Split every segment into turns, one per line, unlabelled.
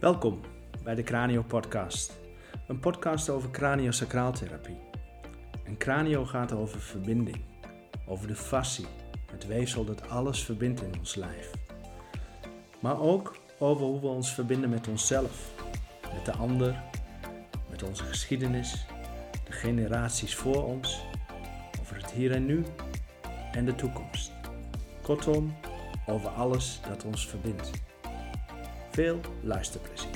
Welkom bij de Cranio Podcast. Een podcast over craniosacraaltherapie. En Cranio gaat over verbinding, over de fascie, het weefsel dat alles verbindt in ons lijf. Maar ook over hoe we ons verbinden met onszelf, met de ander, met onze geschiedenis, de generaties voor ons, over het hier en nu en de toekomst. Kortom, over alles dat ons verbindt. Veel luisterplezier.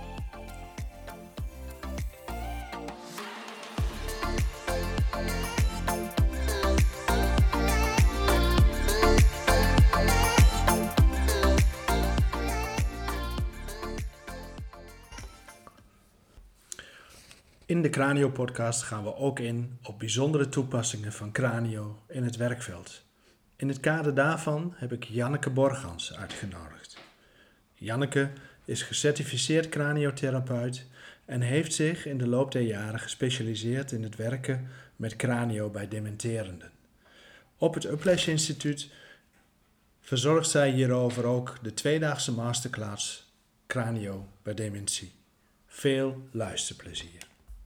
In de Cranio-podcast gaan we ook in op bijzondere toepassingen van Cranio in het werkveld. In het kader daarvan heb ik Janneke Borgans uitgenodigd. Janneke is gecertificeerd craniotherapeut en heeft zich in de loop der jaren gespecialiseerd in het werken met cranio bij dementerenden. Op het Uplash Instituut verzorgt zij hierover ook de tweedaagse masterclass Cranio bij dementie. Veel luisterplezier.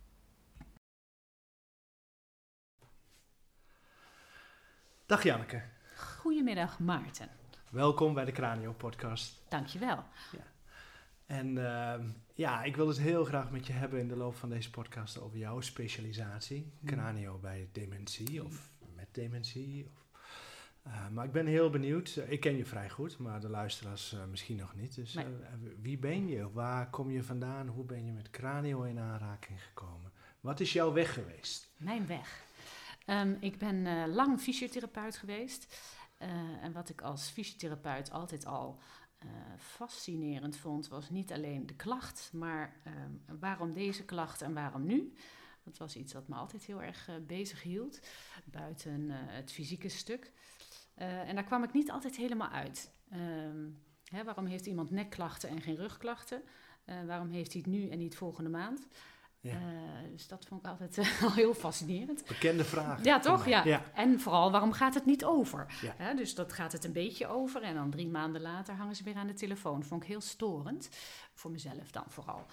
Dag Janneke.
Goedemiddag Maarten.
Welkom bij de Cranio Podcast.
Dankjewel.
Ja. En ik wil het heel graag met je hebben in de loop van deze podcast over jouw specialisatie. Cranio bij dementie of met dementie. Maar ik ben heel benieuwd. Ik ken je vrij goed, maar de luisteraars misschien nog niet. Dus wie ben je? Waar kom je vandaan? Hoe ben je met cranio in aanraking gekomen? Wat is jouw weg geweest?
Mijn weg. Ik ben lang fysiotherapeut geweest. En wat ik als fysiotherapeut altijd al fascinerend vond, was niet alleen de klacht, maar waarom deze klacht en waarom nu? Dat was iets wat me altijd heel erg bezig hield, buiten het fysieke stuk. En daar kwam ik niet altijd helemaal uit. Waarom heeft iemand nekklachten en geen rugklachten? Waarom heeft hij het nu en niet volgende maand? Ja. Dus dat vond ik altijd al heel fascinerend.
Bekende vraag.
Ja, toch? Ja. En vooral, waarom gaat het niet over?
Ja.
Dus dat gaat het een beetje over. En dan 3 maanden later hangen ze weer aan de telefoon. Vond ik heel storend. Voor mezelf dan vooral.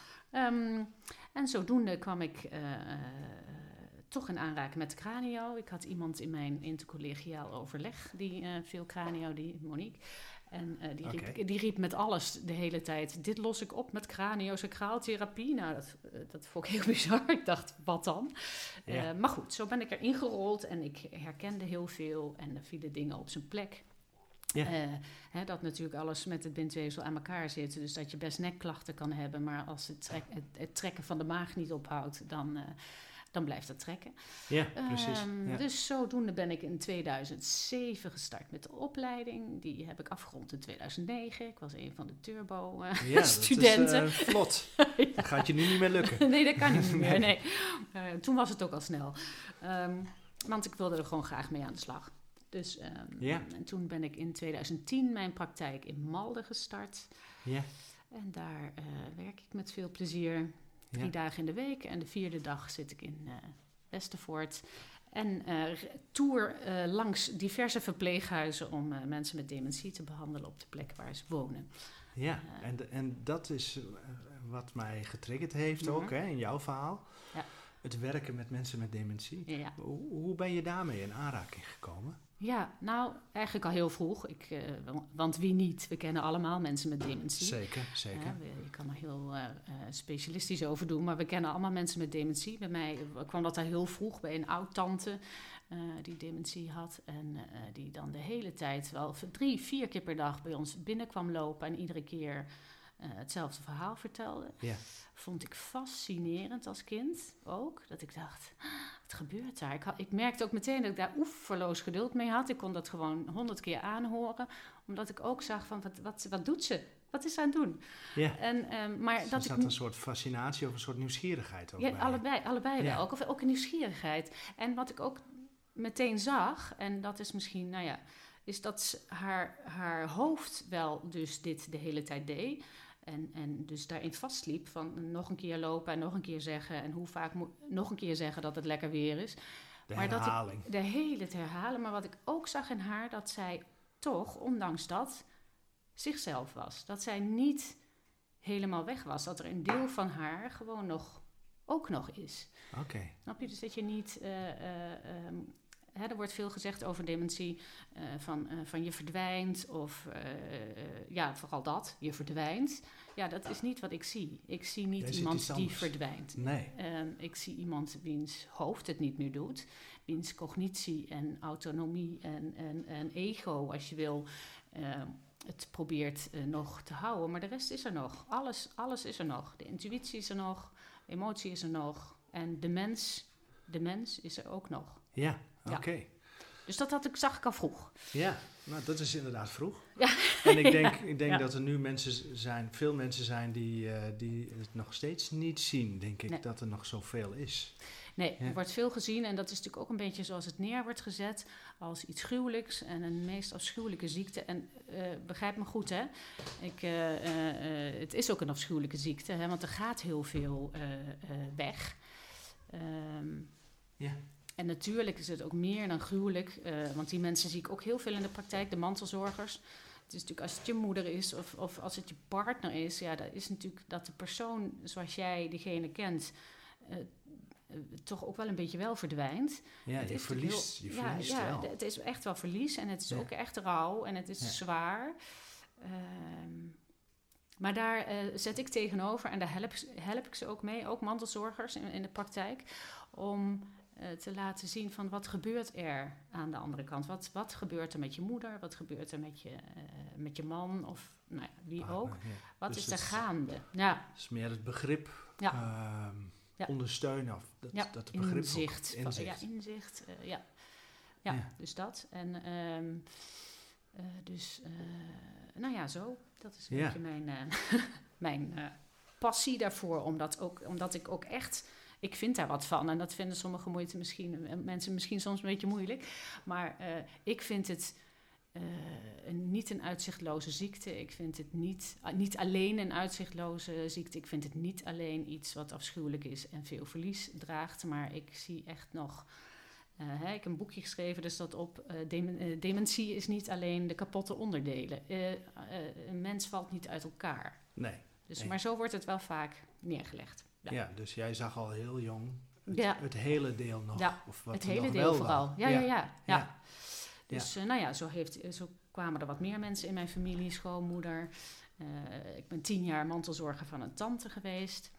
En zodoende kwam ik toch in aanraking met cranio. Ik had iemand in mijn intercollegiaal overleg die veel cranio, die Monique. En die riep met alles de hele tijd, dit los ik op met craniosacraaltherapie. Nou, dat vond ik heel bizar. Ik dacht, wat dan? Ja. Maar goed, zo ben ik erin gerold en ik herkende heel veel en er vielen dingen op zijn plek. Ja. Dat natuurlijk alles met het bindweefsel aan elkaar zit. Dus dat je best nekklachten kan hebben, maar als het trekken van de maag niet ophoudt, dan blijft dat trekken.
Ja, precies.
Dus zodoende ben ik in 2007 gestart met de opleiding. Die heb ik afgerond in 2009. Ik was een van de turbo-studenten.
Dat is vlot. Ja. Dat gaat je nu niet meer lukken.
Nee, dat kan niet meer. Nee. Toen was het ook al snel. Want ik wilde er gewoon graag mee aan de slag. Dus en toen ben ik in 2010 mijn praktijk in Malden gestart. Ja. En daar werk ik met veel plezier. 3 dagen in de week en de 4e dag zit ik in Westervoort. En tour langs diverse verpleeghuizen om mensen met dementie te behandelen op de plek waar ze wonen.
Ja, en dat is wat mij getriggerd heeft ook in jouw verhaal. Ja. Het werken met mensen met dementie. Ja. Hoe ben je daarmee in aanraking gekomen?
Ja, nou, eigenlijk al heel vroeg. Want wie niet? We kennen allemaal mensen met dementie.
Zeker.
Je kan er heel specialistisch over doen, maar we kennen allemaal mensen met dementie. Bij mij kwam dat al heel vroeg bij een oud-tante die dementie had. En die dan de hele tijd wel 3-4 keer per dag bij ons binnenkwam lopen en iedere keer hetzelfde verhaal vertelde. Ja. Vond ik fascinerend als kind ook. Dat ik dacht, wat gebeurt daar? Ik merkte ook meteen dat ik daar oeverloos geduld mee had. Ik kon dat gewoon 100 keer aanhoren. Omdat ik ook zag van, wat doet ze? Wat is ze aan het doen?
Ja.
Maar
dus dat een soort fascinatie of een soort nieuwsgierigheid ook
bij? Allebei wel. Ook een nieuwsgierigheid. En wat ik ook meteen zag, en dat is misschien, is dat haar hoofd wel dus dit de hele tijd deed. En dus daarin vastliep van nog een keer lopen en nog een keer zeggen. En hoe vaak nog een keer zeggen dat het lekker weer is.
De herhaling.
De hele herhalen. Maar wat ik ook zag in haar, dat zij toch, ondanks dat, zichzelf was. Dat zij niet helemaal weg was. Dat er een deel van haar gewoon ook nog is.
Oké.
Snap je? Dus dat je niet... er wordt veel gezegd over dementie, van je verdwijnt of vooral dat, je verdwijnt. Ja, dat is niet wat ik zie. Ik zie niet iemand die verdwijnt.
Nee.
Ik zie iemand wiens hoofd het niet meer doet, wiens cognitie en autonomie en ego, als je wil, het probeert nog te houden. Maar de rest is er nog. Alles is er nog. De intuïtie is er nog, de emotie is er nog en de mens is er ook nog.
Ja, oké.
Ja. Dus dat zag ik al vroeg.
Ja, nou dat is inderdaad vroeg.
Ja.
En ik denk dat er nu veel mensen zijn die het nog steeds niet zien, denk ik, dat er nog zoveel is.
Nee, er wordt veel gezien en dat is natuurlijk ook een beetje zoals het neer wordt gezet als iets gruwelijks en een meest afschuwelijke ziekte. En begrijp me goed, hè? Het is ook een afschuwelijke ziekte, hè? Want er gaat heel veel weg.
Ja.
En natuurlijk is het ook meer dan gruwelijk, want die mensen zie ik ook heel veel in de praktijk, de mantelzorgers. Het is natuurlijk als het je moeder is of als het je partner is, ja, dat is natuurlijk dat de persoon zoals jij diegene kent, toch ook wel een beetje wel verdwijnt.
Ja, je verliest wel.
Het is echt wel verlies en het is ook echt rouw en het is zwaar. Maar daar zet ik tegenover en daar help ik ze ook mee, ook mantelzorgers in de praktijk, om te laten zien van wat gebeurt er aan de andere kant. Wat gebeurt er met je moeder? Wat gebeurt er met je man? Of nou ja, wie ook? Ja. Wat dus is er gaande? Ja.
Het is meer het begrip ondersteunen. Of dat begrip
inzicht.
Inzicht.
Dus dat. En zo. Dat is een beetje mijn passie daarvoor. Omdat ik ook echt... Ik vind daar wat van. En dat vinden sommige mensen misschien soms een beetje moeilijk. Maar ik vind het niet een uitzichtloze ziekte. Ik vind het niet alleen een uitzichtloze ziekte. Ik vind het niet alleen iets wat afschuwelijk is en veel verlies draagt. Maar ik zie echt nog... ik heb een boekje geschreven, dus dat op dementie is niet alleen de kapotte onderdelen. Een mens valt niet uit elkaar.
Nee.
Maar zo wordt het wel vaak neergelegd. Ja,
dus jij zag al heel jong het hele deel nog.
Ja,
of wat
het
er
hele
nog
deel
wel
vooral. Ja. Dus zo kwamen er wat meer mensen in mijn familie, schoonmoeder. Ik ben 10 jaar mantelzorger van een tante geweest.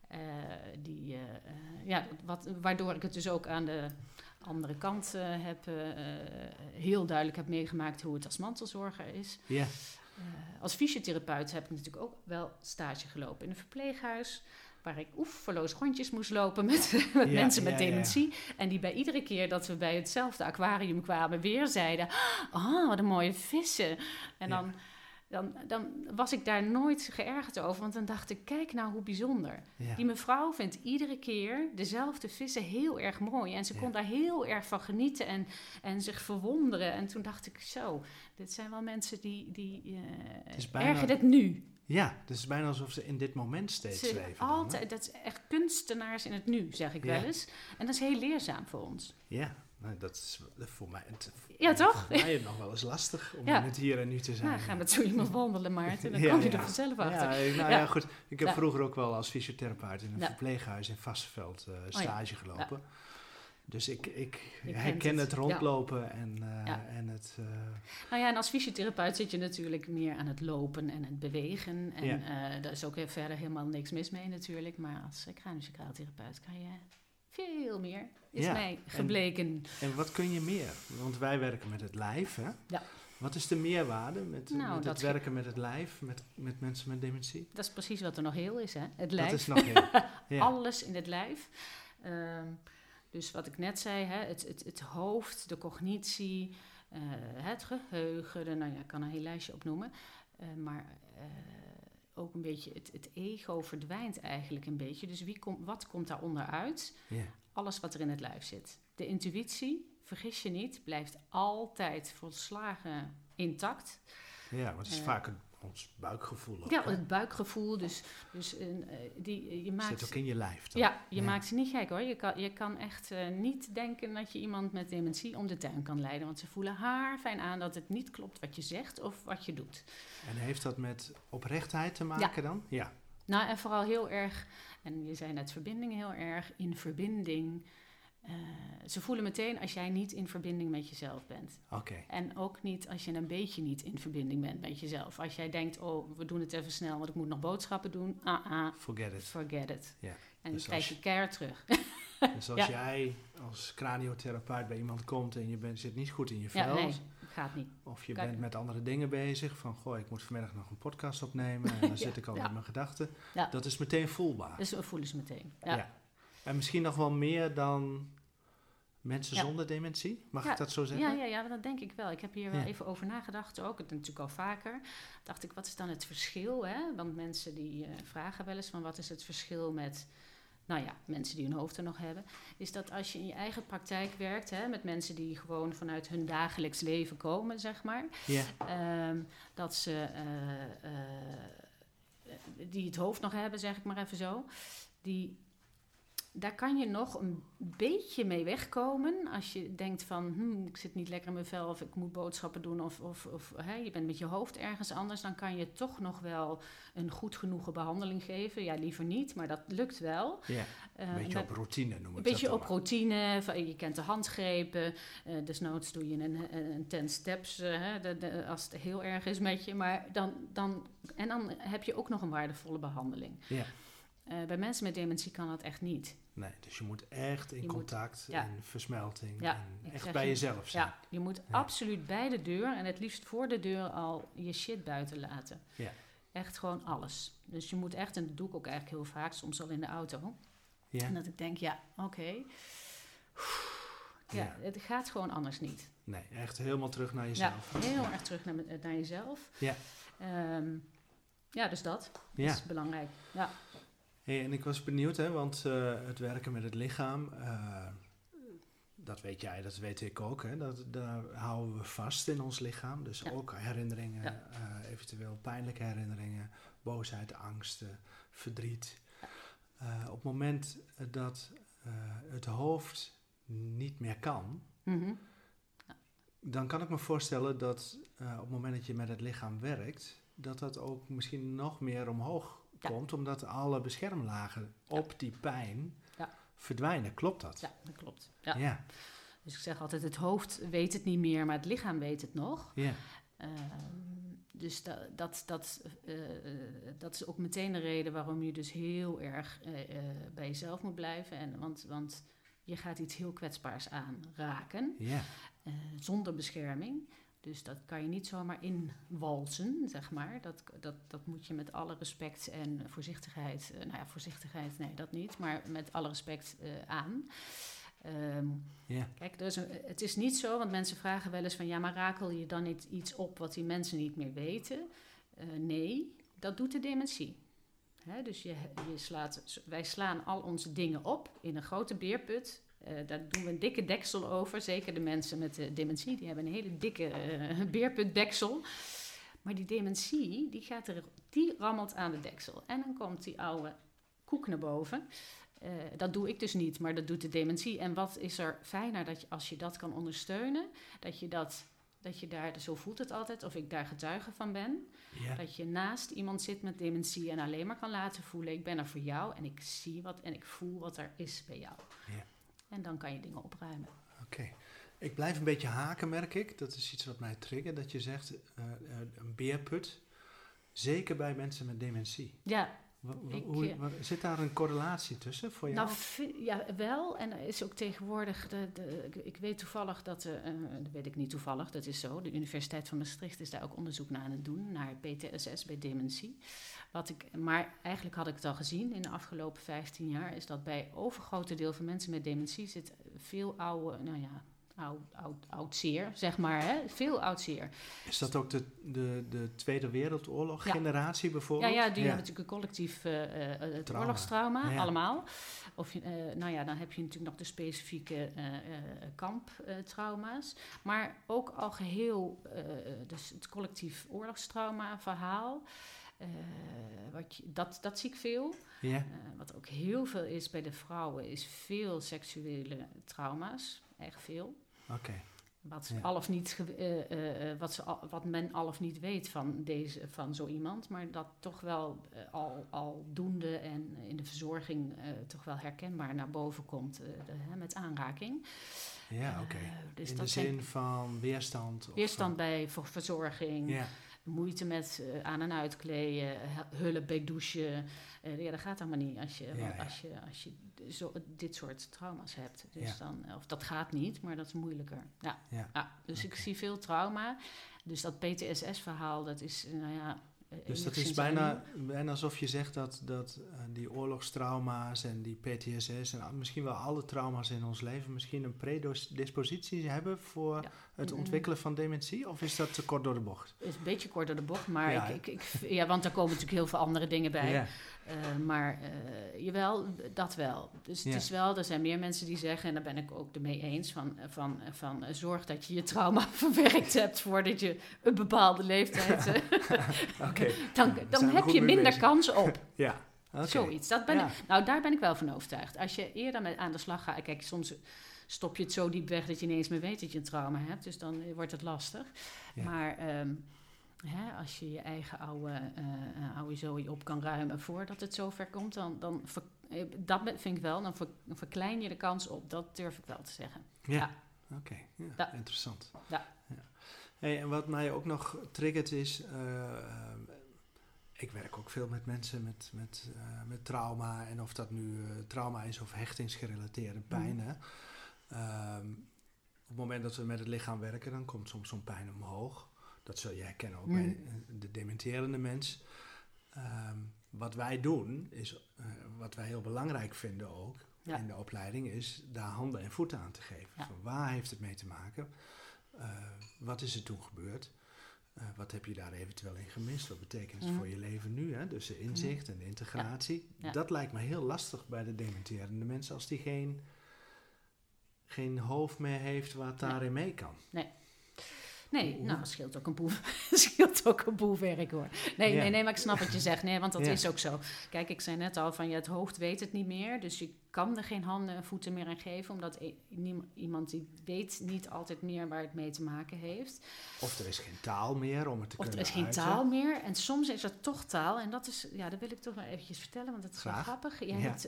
Waardoor ik het dus ook aan de andere kant heel duidelijk heb meegemaakt hoe het als mantelzorger is.
Ja.
Als fysiotherapeut heb ik natuurlijk ook wel stage gelopen in een verpleeghuis, waar ik oefenloos rondjes moest lopen met mensen met dementie. Ja. En die bij iedere keer dat we bij hetzelfde aquarium kwamen weer zeiden... Oh, wat een mooie vissen. En dan was ik daar nooit geërgerd over. Want dan dacht ik, kijk nou hoe bijzonder. Ja. Die mevrouw vindt iedere keer dezelfde vissen heel erg mooi. En ze kon daar heel erg van genieten en zich verwonderen. En toen dacht ik, zo, dit zijn wel mensen die ergen het nu.
Ja, het is bijna alsof ze in dit moment steeds leven.
Altijd, dat is echt kunstenaars in het nu, zeg ik wel eens. En dat is heel leerzaam voor ons.
Ja, nou, dat is voor mij...
toch?
Voor mij nog wel eens lastig om in het hier en nu te zijn.
Nou, ga met zo iemand wandelen, Maarten. Dan kom je er vanzelf achter.
Goed. Ik heb vroeger ook wel als fysiotherapeut in een verpleeghuis in Vassenveld stage gelopen. Ja. Dus ik herken het rondlopen en het...
en als fysiotherapeut zit je natuurlijk meer aan het lopen en het bewegen. En daar is ook verder helemaal niks mis mee natuurlijk. Maar als craniosacraaltherapeut kan je veel meer, is mij gebleken.
En wat kun je meer? Want wij werken met het lijf, hè? Ja. Wat is de meerwaarde met het werken met het lijf, met mensen met dementie?
Dat is precies wat er nog heel is, hè? Het lijf.
Dat is nog heel. Ja.
Alles in het lijf. Dus wat ik net zei, hè, het hoofd, de cognitie, het geheugen, ik kan een heel lijstje opnoemen. Maar ook een beetje het ego verdwijnt eigenlijk een beetje. Dus wat komt daaronder uit? Yeah. Alles wat er in het lijf zit. De intuïtie, vergis je niet, blijft altijd volslagen intact.
Ja, want het is vaak ons buikgevoel ook.
Ja,
hè?
het buikgevoel. Dus je maakt...
Zit ook in je lijf dan.
Ja, je maakt ze niet gek hoor. Je kan echt niet denken dat je iemand met dementie om de tuin kan leiden. Want ze voelen haarfijn aan dat het niet klopt wat je zegt of wat je doet.
En heeft dat met oprechtheid te maken dan? Ja.
Nou, en vooral heel erg, en je zei net verbinding heel erg, in verbinding. Ze voelen meteen als jij niet in verbinding met jezelf bent.
Oké.
En ook niet als je een beetje niet in verbinding bent met jezelf. Als jij denkt, oh, we doen het even snel, want ik moet nog boodschappen doen. Forget it.
Ja.
En
Dus
dan krijg je keihard terug.
Dus als jij als craniotherapeut bij iemand komt en je zit niet goed in je vel...
Ja, nee, gaat niet.
Of je bent met andere dingen bezig. Van, goh, ik moet vanmiddag nog een podcast opnemen. En dan zit ik al met mijn gedachten.
Ja.
Dat is meteen voelbaar.
Dus we voelen ze meteen. Ja.
En misschien nog wel meer dan mensen zonder dementie? Mag ik dat zo zeggen?
Ja, dat denk ik wel. Ik heb hier wel even over nagedacht ook. Het natuurlijk al vaker. Dacht ik, wat is dan het verschil? Hè? Want mensen die vragen wel eens van wat is het verschil met... Nou ja, mensen die hun hoofd er nog hebben, is dat als je in je eigen praktijk werkt, hè, met mensen die gewoon vanuit hun dagelijks leven komen, zeg maar, dat ze die het hoofd nog hebben, zeg ik maar even zo, daar kan je nog een beetje mee wegkomen als je denkt van, ik zit niet lekker in mijn vel of ik moet boodschappen doen of je bent met je hoofd ergens anders, dan kan je toch nog wel een goed genoegen behandeling geven. Ja, liever niet, maar dat lukt wel.
Ja, een beetje op routine noemen we het.
Een beetje op routine, je kent de handgrepen, desnoods doe je een 10 steps als het heel erg is met je, maar dan heb je ook nog een waardevolle behandeling.
Ja.
Bij mensen met dementie kan dat echt niet.
Nee, dus je moet echt in contact en versmelting en echt bij jezelf zijn.
Ja, je moet absoluut bij de deur en het liefst voor de deur al je shit buiten laten.
Ja.
Echt gewoon alles. Dus je moet echt, en dat doe ik ook eigenlijk heel vaak, soms al in de auto. Ja. En dat ik denk, oké. Ja, het gaat gewoon anders niet.
Nee, echt helemaal terug naar jezelf.
Ja, heel erg terug naar jezelf.
Ja.
Dus dat is belangrijk. Ja.
Hey, en ik was benieuwd, want het werken met het lichaam, dat weet jij, dat weet ik ook. Hè, daar houden we vast in ons lichaam. Dus ook herinneringen, eventueel pijnlijke herinneringen, boosheid, angsten, verdriet. Op het moment dat het hoofd niet meer kan, dan kan ik me voorstellen dat op het moment dat je met het lichaam werkt, dat ook misschien nog meer omhoog komt, omdat alle beschermlagen op die pijn verdwijnen. Klopt dat? Ja,
dat klopt. Ja. Dus ik zeg altijd, het hoofd weet het niet meer, maar het lichaam weet het nog.
Ja.
Dus dat is ook meteen de reden waarom je dus heel erg bij jezelf moet blijven. Want je gaat iets heel kwetsbaars aanraken, zonder bescherming. Dus dat kan je niet zomaar inwalsen, zeg maar. Dat moet je met alle respect en voorzichtigheid... voorzichtigheid, nee, dat niet. Maar met alle respect aan. Kijk, het is niet zo, want mensen vragen wel eens van... ja, maar rakel je dan niet iets op wat die mensen niet meer weten? Nee, dat doet de dementie. Dus wij slaan al onze dingen op in een grote beerput... daar doen we een dikke deksel over. Zeker de mensen met dementie, die hebben een hele dikke beerputdeksel. Maar die dementie, die rammelt aan de deksel. En dan komt die oude koek naar boven. Dat doe ik dus niet, maar dat doet de dementie. En wat is er fijner als je dat kan ondersteunen? Dat je daar, zo voelt het altijd, of ik daar getuige van ben. Ja. Dat je naast iemand zit met dementie en alleen maar kan laten voelen... ik ben er voor jou en ik zie wat en ik voel wat er is bij jou. Ja. En dan kan je dingen opruimen.
Oké. Ik blijf een beetje haken, merk ik. Dat is iets wat mij triggert, dat je zegt een beerput. Zeker bij mensen met dementie.
Ja.
Zit daar een correlatie tussen voor jou?
Nou, ja, wel. En er is ook tegenwoordig... ik weet toevallig dat weet ik niet toevallig, dat is zo. De Universiteit van Maastricht is daar ook onderzoek naar aan het doen. Naar PTSS bij dementie. Maar eigenlijk had ik het al gezien in de afgelopen 15 jaar... is dat bij overgrote deel van mensen met dementie... zit veel oude, oud zeer, zeg maar. Hè? Veel oud zeer.
Is dat ook de Tweede Wereldoorlog generatie bijvoorbeeld?
Ja, die hebben natuurlijk een collectief het oorlogstrauma, allemaal. Of dan heb je natuurlijk nog de specifieke kamptrauma's. Maar ook al geheel dus het collectief oorlogstrauma verhaal. Dat zie ik veel.
Ja.
Wat ook heel veel is bij de vrouwen, is veel seksuele trauma's. Echt veel.
Oké.
Wat men al of niet weet van zo iemand, maar dat toch wel al doende en in de verzorging toch wel herkenbaar naar boven komt met aanraking.
Ja, oké.
Dus
in de zin van weerstand?
Weerstand bij verzorging.
Ja.
Moeite met aan- en uitkleden, hulp bij douchen. Dat gaat allemaal niet als je dit soort trauma's hebt. Dus of dat gaat niet, maar dat is moeilijker. Dus ik zie veel trauma. Dus dat PTSS-verhaal, dat is,
Dus dat is bijna alsof je zegt dat die oorlogstrauma's en die PTSS en misschien wel alle trauma's in ons leven misschien een predispositie hebben voor het ontwikkelen van dementie? Of is dat te kort door de bocht?
Het is een beetje kort door de bocht, maar want daar komen natuurlijk heel veel andere dingen bij. Ja. Jawel, dat wel. Dus het is wel, er zijn meer mensen die zeggen, en daar ben ik ook ermee eens, van zorg dat je trauma verwerkt hebt voordat je een bepaalde leeftijd... Dan heb je minder kans op. Zoiets. Daar ben ik wel van overtuigd. Als je eerder aan de slag gaat... Kijk, soms stop je het zo diep weg dat je ineens meer weet dat je een trauma hebt. Dus dan wordt het lastig. Ja. Maar als je je eigen oude zooi op kan ruimen voordat het zover komt... dat vind ik wel, dan verklein je de kans op. Dat durf ik wel te zeggen.
Ja. Oké. Interessant. Ja. Hey, en wat mij ook nog triggert is... ik werk ook veel met mensen met trauma. En of dat nu trauma is of hechtingsgerelateerde pijn. Op het moment dat we met het lichaam werken... dan komt soms zo'n pijn omhoog. Dat zul je herkennen ook bij de dementerende mens. Wat wij doen, is wat wij heel belangrijk vinden ook... in de opleiding, is daar handen en voeten aan te geven. Van waar heeft het mee te maken? Wat is er toen gebeurd? Wat heb je daar eventueel in gemist? Wat betekent het voor je leven nu? Hè? Dus de inzicht en de integratie. Ja. Dat lijkt me heel lastig bij de dementerende mensen... als die geen hoofd meer heeft wat daarin mee kan.
Nee, het scheelt ook een boel werk hoor. Nee, maar ik snap wat je zegt. Nee, want dat is ook zo. Kijk, ik zei net al van het hoofd weet het niet meer. Dus je kan er geen handen en voeten meer aan geven. Omdat iemand die weet niet altijd meer waar het mee te maken heeft.
Of er is geen taal meer om het te kunnen uiten.
Of er is geen taal meer. En soms is er toch taal. En dat is, dat wil ik toch wel eventjes vertellen. Want dat is wel grappig. Je hebt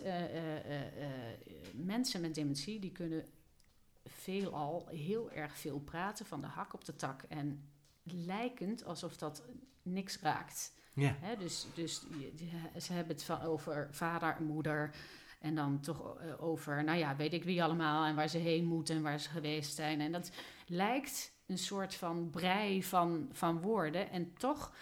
mensen met dementie die kunnen... veelal heel erg veel praten van de hak op de tak en lijkend alsof dat niks raakt. Ja. Dus ze hebben het over vader en moeder en dan toch over, weet ik wie allemaal en waar ze heen moeten en waar ze geweest zijn. En dat lijkt een soort van brei van woorden en toch...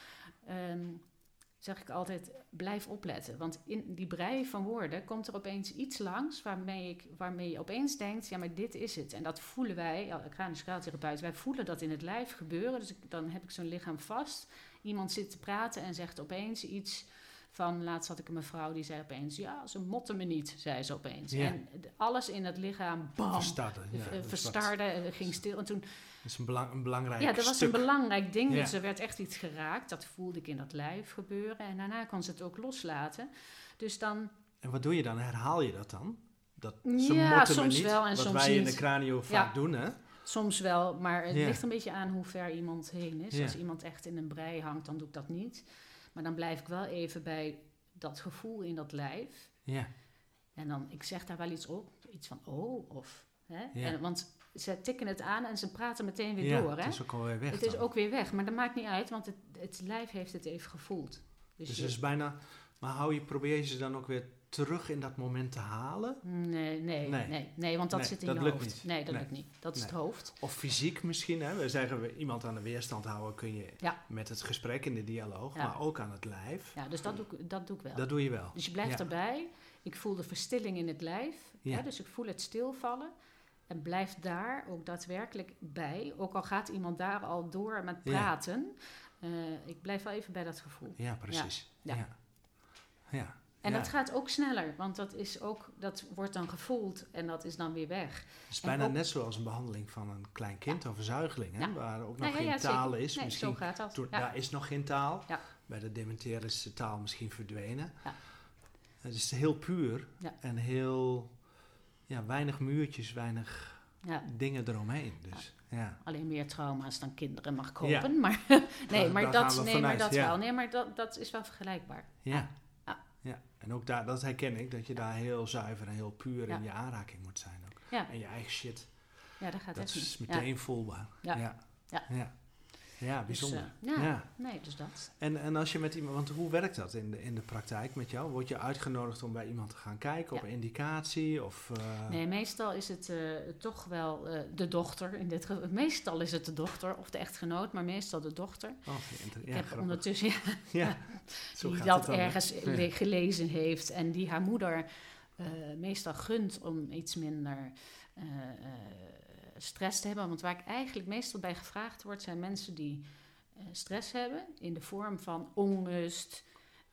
zeg ik altijd, blijf opletten. Want in die brei van woorden komt er opeens iets langs... waarmee je opeens denkt, maar dit is het. En dat voelen wij, craniosacraaltherapeuten... wij voelen dat in het lijf gebeuren. Dus dan heb ik zo'n lichaam vast. Iemand zit te praten en zegt opeens iets van... Laatst had ik een mevrouw die zei opeens... ja, ze motten me niet, zei ze opeens. Ja. En alles in het lichaam, bam, verstarde, ging stil. En toen...
Dat is een belangrijk stuk.
Ja, dat was een belangrijk ding. Dus er werd echt iets geraakt. Dat voelde ik in dat lijf gebeuren. En daarna kon ze het ook loslaten. Dus dan...
En wat doe je dan? Herhaal je dat dan? Dat
soms
niet,
wel en
wat
soms
wij
niet.
In de cranio vaak doen, hè?
Soms wel, maar het ligt een beetje aan hoe ver iemand heen is. Als iemand echt in een brei hangt, dan doe ik dat niet. Maar dan blijf ik wel even bij dat gevoel in dat lijf. Ja. En dan, ik zeg daar wel iets op. Iets van, of... Hè? Ja. Want ze tikken het aan en ze praten meteen weer door. Hè?
Het is ook alweer weg.
Het is ook weer weg, maar dat maakt niet uit, want het lijf heeft het even gevoeld.
Dus het is bijna... Maar probeer je ze dan ook weer terug in dat moment te halen?
Nee, want dat zit in je hoofd. Niet. Nee, dat lukt niet. Dat is het hoofd.
Of fysiek misschien. Hè? We zeggen, iemand aan de weerstand houden kun je met het gesprek in de dialoog, maar ook aan het lijf.
Ja, dus dat doe ik wel.
Dat doe je wel.
Dus je blijft erbij. Ik voel de verstilling in het lijf. Ja. Hè? Dus ik voel het stilvallen. En blijf daar ook daadwerkelijk bij. Ook al gaat iemand daar al door met praten. Ik blijf wel even bij dat gevoel.
Ja, precies. Ja.
En dat gaat ook sneller, want dat wordt dan gevoeld en dat is dan weer weg.
Het is bijna net zoals een behandeling van een klein kind of een zuigeling, hè, waar ook nog geen taal is.
Nee,
misschien,
zo gaat dat.
Daar is nog geen taal.
Ja.
Bij de dementeren is de taal misschien verdwenen.
Ja.
Het is heel puur en heel weinig muurtjes, weinig dingen eromheen. Dus,
Alleen meer trauma's dan kinderen mag kopen. Maar dat is wel vergelijkbaar.
Ja. En ook dat herken ik, dat je daar heel zuiver en heel puur in je aanraking moet zijn ook. Ja. En je eigen shit.
Ja, dat
is meteen voelbaar. Ja, bijzonder.
Dus dat.
En als je met iemand, want hoe werkt dat in de praktijk met jou? Word je uitgenodigd om bij iemand te gaan kijken op indicatie? Of,
Nee, meestal is het toch wel de dochter. In dit geval. Meestal is het de dochter of de echtgenoot, maar meestal de dochter. Ik heb ondertussen die dat ergens gelezen heeft en die haar moeder meestal gunt om iets minder stress te hebben. Want waar ik eigenlijk meestal bij gevraagd word, zijn mensen die stress hebben in de vorm van onrust,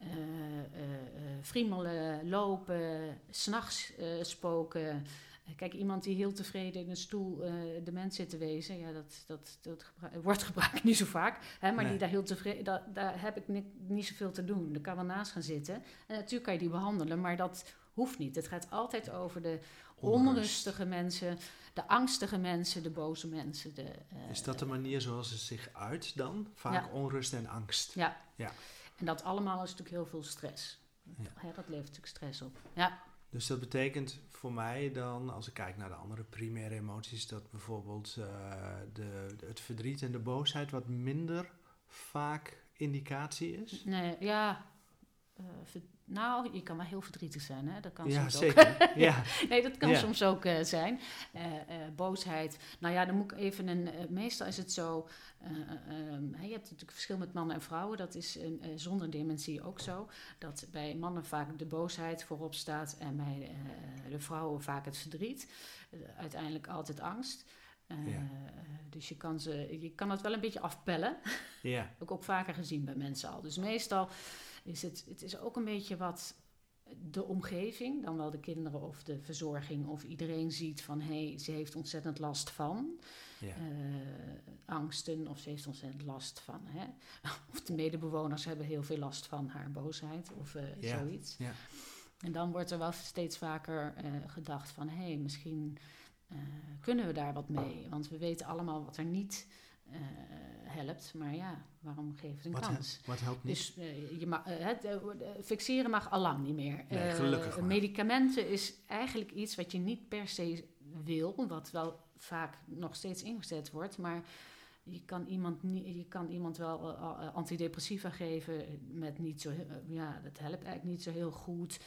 friemelen, lopen, 's nachts spoken. Kijk, iemand die heel tevreden in een stoel dement zit te wezen, dat wordt gebruikt niet zo vaak, hè, maar die daar heel tevreden, daar heb ik niet zoveel te doen. Daar kan wel naast gaan zitten. En natuurlijk kan je die behandelen, maar dat hoeft niet. Het gaat altijd over de onrustige mensen, de angstige mensen, de boze mensen.
Is dat de manier zoals het zich uit dan? Vaak onrust en angst.
Ja. En dat allemaal is natuurlijk heel veel stress. Ja, dat levert natuurlijk stress op. Ja.
Dus dat betekent voor mij dan, als ik kijk naar de andere primaire emoties, dat bijvoorbeeld het verdriet en de boosheid wat minder vaak indicatie is?
Nee, je kan wel heel verdrietig zijn, hè? Dat kan soms
zeker.
Ook. Nee, dat kan soms ook zijn. Boosheid. Nou ja, dan moet ik even meestal is het zo. Je hebt natuurlijk verschil met mannen en vrouwen. Dat is zonder dementie ook zo. Dat bij mannen vaak de boosheid voorop staat en bij de vrouwen vaak het verdriet. Uiteindelijk altijd angst. Dus je kan het wel een beetje afpellen. Ja. Ook vaker gezien bij mensen al. Dus meestal is het is ook een beetje wat de omgeving, dan wel de kinderen of de verzorging of iedereen ziet van ze heeft ontzettend last van angsten of ze heeft ontzettend last van of de medebewoners hebben heel veel last van haar boosheid of zoiets. Ja. En dan wordt er wel steeds vaker gedacht van misschien kunnen we daar wat mee, want we weten allemaal wat er niet helpt, maar waarom geef het een kans?
Wat helpt niet?
Dus fixeren mag allang niet meer.
Nee, gelukkig maar.
Medicamenten is eigenlijk iets wat je niet per se wil, wat wel vaak nog steeds ingezet wordt, maar je kan iemand wel antidepressiva geven met niet zo dat helpt eigenlijk niet zo heel goed.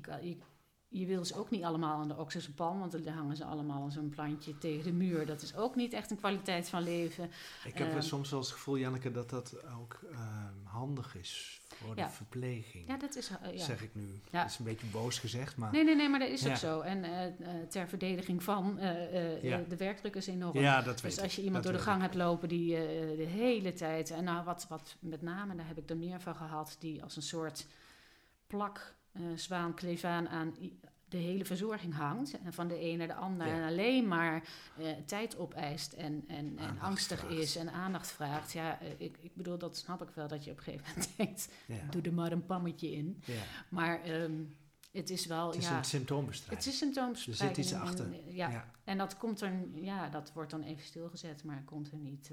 Je wil ze ook niet allemaal aan de oxazepam, want dan hangen ze allemaal aan zo'n plantje tegen de muur. Dat is ook niet echt een kwaliteit van leven.
Ik heb soms wel het gevoel, Janneke, dat ook handig is voor de verpleging.
Ja, dat is...
zeg ik nu. Ja. Dat is een beetje boos gezegd, maar...
Nee, maar dat is ook zo. En ter verdediging van, de werkdruk is enorm.
Ja, dat weet
Dus als je iemand door de gang hebt lopen die de hele tijd... En wat met name, daar heb ik er meer van gehad, die als een soort plak... zwaankleefaan aan de hele verzorging hangt. En van de een naar de ander. En alleen maar tijd opeist en angstig is en aandacht vraagt. Ja, ik bedoel, dat snap ik wel dat je op een gegeven moment denkt... doe er maar een pammetje in. Ja. Maar het is wel...
Het is een symptoombestrijding.
Het is symptoombestrijding.
Er zit iets achter.
En dat komt er... dat wordt dan even stilgezet, maar komt er niet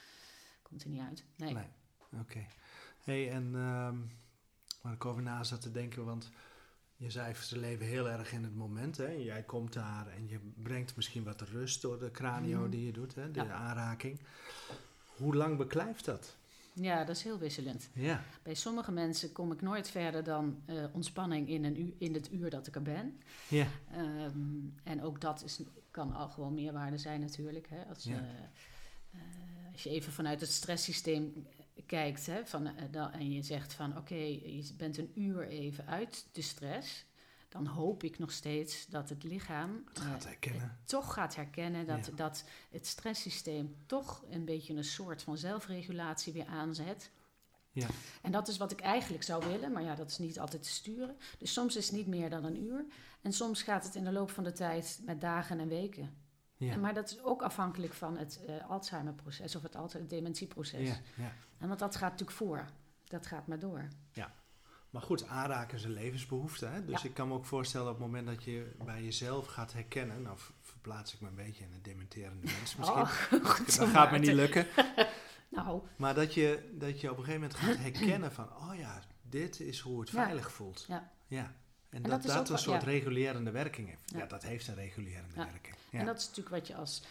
uit. Nee.
Oké. Hey, en... waar ik over na zat te denken, want je zei, ze leven heel erg in het moment. Hè? Jij komt daar en je brengt misschien wat rust door de cranio die je doet, hè? De aanraking. Hoe lang beklijft dat?
Ja, dat is heel wisselend. Ja. Bij sommige mensen kom ik nooit verder dan ontspanning in het uur dat ik er ben. Ja. En ook dat kan al gewoon meerwaarde zijn natuurlijk. Hè? Als je even vanuit het stresssysteem kijkt en je zegt van oké, je bent een uur even uit de stress, dan hoop ik nog steeds dat het lichaam
Het gaat herkennen.
het toch gaat herkennen dat het stresssysteem toch een beetje een soort van zelfregulatie weer aanzet.
Ja.
En dat is wat ik eigenlijk zou willen, maar dat is niet altijd te sturen. Dus soms is het niet meer dan een uur. En soms gaat het in de loop van de tijd met dagen en weken.
Ja.
Maar dat is ook afhankelijk van het Alzheimer-proces of het dementieproces.
Ja.
En want dat gaat natuurlijk voor. Dat gaat maar door.
Ja. Maar goed, aanraken is een levensbehoefte. Hè? Dus ik kan me ook voorstellen op het moment dat je bij jezelf gaat herkennen. Nou, verplaats ik me een beetje in een dementerende mens misschien.
Goed
Dat gaat me niet lukken.
Nou.
Maar dat je op een gegeven moment gaat herkennen van... oh ja, dit is hoe het veilig voelt. Ja. En dat een soort regulerende werking heeft. Ja, dat heeft een regulerende werking. Ja.
En dat is natuurlijk wat je als...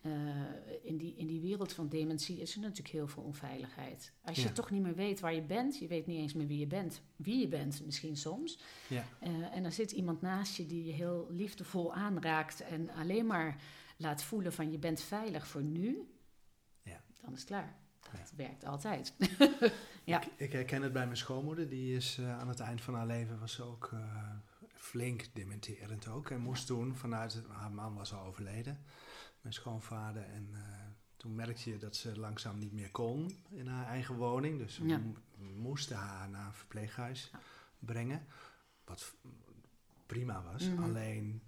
in die wereld van dementie is er natuurlijk heel veel onveiligheid. Als je toch niet meer weet waar je bent... je weet niet eens meer wie je bent. Wie je bent misschien soms. Ja. En dan zit iemand naast je die je heel liefdevol aanraakt... en alleen maar laat voelen van je bent veilig voor nu... dan is het klaar. Dat werkt altijd. Ja.
Ik herken het bij mijn schoonmoeder. Die is aan het eind van haar leven was ook flink dementerend ook. En moest toen haar man was al overleden, mijn schoonvader. En toen merkte je dat ze langzaam niet meer kon in haar eigen woning. Dus we moesten haar naar een verpleeghuis brengen. Wat prima was. Mm-hmm. Alleen...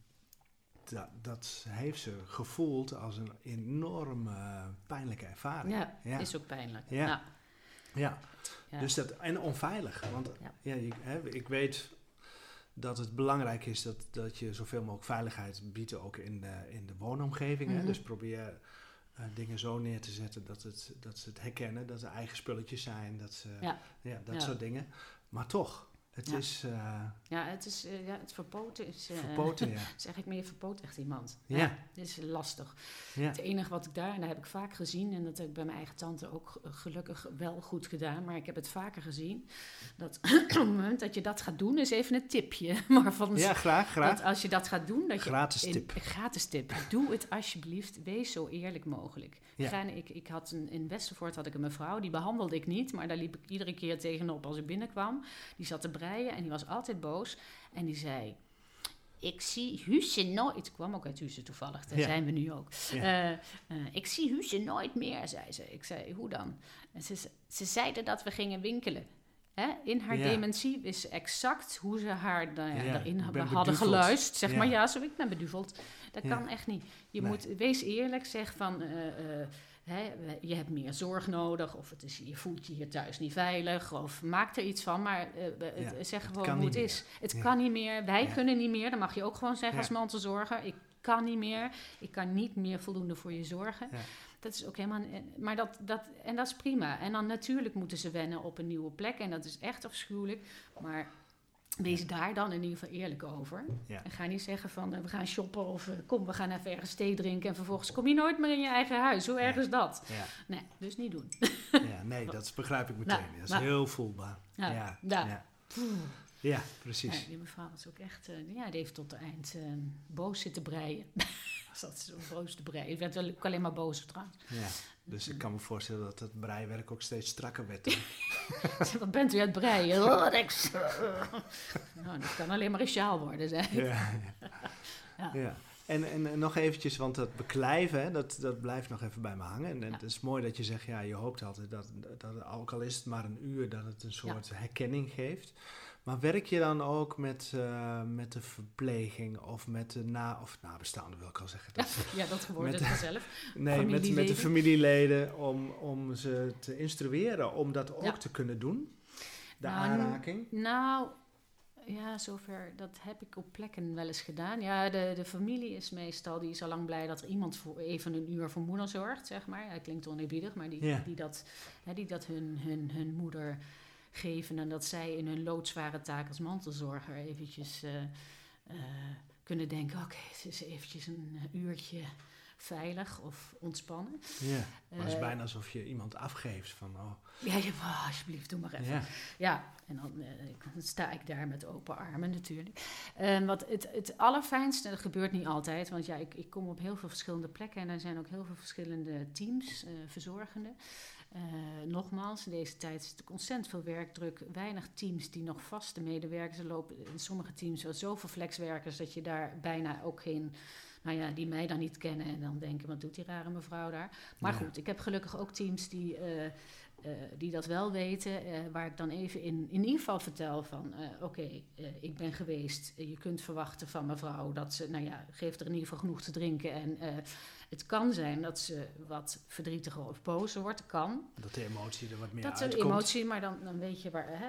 Dat heeft ze gevoeld als een enorme pijnlijke ervaring.
Ja, is ook pijnlijk.
Ja. Dus en onveilig. Want ik weet dat het belangrijk is dat je zoveel mogelijk veiligheid biedt ook in de woonomgeving. Mm-hmm. Dus probeer dingen zo neer te zetten dat ze het herkennen, dat er eigen spulletjes zijn, dat soort dingen. Maar toch... Het is...
het verpoten is...
verpoten,
zeg ik meer, verpoot echt iemand.
Ja.
Het is lastig.
Ja.
Het enige wat ik en dat heb ik vaak gezien... en dat heb ik bij mijn eigen tante ook gelukkig wel goed gedaan... maar ik heb het vaker gezien... dat op het moment dat je dat gaat doen... is even een tipje. Maar
graag.
Dat als je dat gaat doen...
Gratis tip.
Doe het alsjeblieft. Wees zo eerlijk mogelijk. Ja. Ik had in Westervoort had ik een mevrouw... die behandelde ik niet... maar daar liep ik iedere keer tegenop als ik binnenkwam. Die zat te breien en die was altijd boos. En die zei... Ik zie Husse nooit... Ik kwam ook uit Husse toevallig, daar zijn we nu ook. Ja. Ik zie Husse nooit meer, zei ze. Ik zei, hoe dan? En ze zeiden dat we gingen winkelen. Hè? In haar dementie wist ze exact hoe ze haar daarin hadden geluisterd. Zeg maar, ik ben beduveld. Dat kan echt niet. Je moet, wees eerlijk, zeg van... je hebt meer zorg nodig, of je voelt je hier thuis niet veilig, of maak er iets van, maar zeg gewoon hoe het is. Het kan niet meer, wij kunnen niet meer, dan mag je ook gewoon zeggen als mantelzorger, ik kan niet meer, ik kan niet meer voldoende voor je zorgen. Ja. Dat is ook helemaal, maar dat is prima. En dan natuurlijk moeten ze wennen op een nieuwe plek, en dat is echt afschuwelijk, maar... Wees daar dan in ieder geval eerlijk over. Ja. En ga niet zeggen van we gaan shoppen of kom, we gaan even ergens thee drinken... en vervolgens kom je nooit meer in je eigen huis. Hoe erg is dat? Ja. Nee, dus niet doen.
Dat begrijp ik meteen. Dat is heel voelbaar. Ja, precies.
Die mevrouw was ook echt... die heeft tot het eind boos zitten breien. Zat zo boos te breien. Ik werd wel ook alleen maar boos trouwens.
Ja, dus ik kan me voorstellen dat het breiwerk ook steeds strakker werd.
Wat bent u aan het breien? Nou, dat kan alleen maar een sjaal worden, zei ik.
Ja. En nog eventjes, want dat beklijven, hè, dat blijft nog even bij me hangen. En het is mooi dat je zegt, je hoopt altijd dat ook al is het maar een uur, dat het een soort herkenning geeft. Maar werk je dan ook met de verpleging of met de nabestaanden, wil ik al zeggen.
Dat gebeurt het vanzelf.
Nee, met de familieleden om ze te instrueren om dat ook te kunnen doen? Aanraking?
Zover, dat heb ik op plekken wel eens gedaan. Ja, de familie is meestal, die is al lang blij dat er iemand voor even een uur voor moeder zorgt, zeg maar. Hij klinkt oneerbiedig, maar die dat hun moeder... geven en dat zij in hun loodzware taak als mantelzorger eventjes kunnen denken... Oké, het is eventjes een uurtje veilig of ontspannen.
Ja, maar het is bijna alsof je iemand afgeeft van...
alsjeblieft, doe maar even. Ja, en dan sta ik daar met open armen natuurlijk. Wat het allerfijnste, dat gebeurt niet altijd... want ik kom op heel veel verschillende plekken... en er zijn ook heel veel verschillende teams, verzorgenden... Nogmaals, in deze tijd is het natuurlijk ontzettend veel werkdruk. Weinig teams die nog vaste medewerkers. Er lopen in sommige teams wel zoveel flexwerkers dat je daar bijna ook geen... die mij dan niet kennen en dan denken, wat doet die rare mevrouw daar? Maar goed, ik heb gelukkig ook teams die dat wel weten. Waar ik dan even in ieder geval vertel van... ik ben geweest. Je kunt verwachten van mevrouw dat ze... geeft er in ieder geval genoeg te drinken. En het kan zijn dat ze wat verdrietiger of bozer wordt. Dat kan.
Dat de emotie er wat meer
uitkomt.
uitkomt.
Dat de emotie, maar dan weet je waar...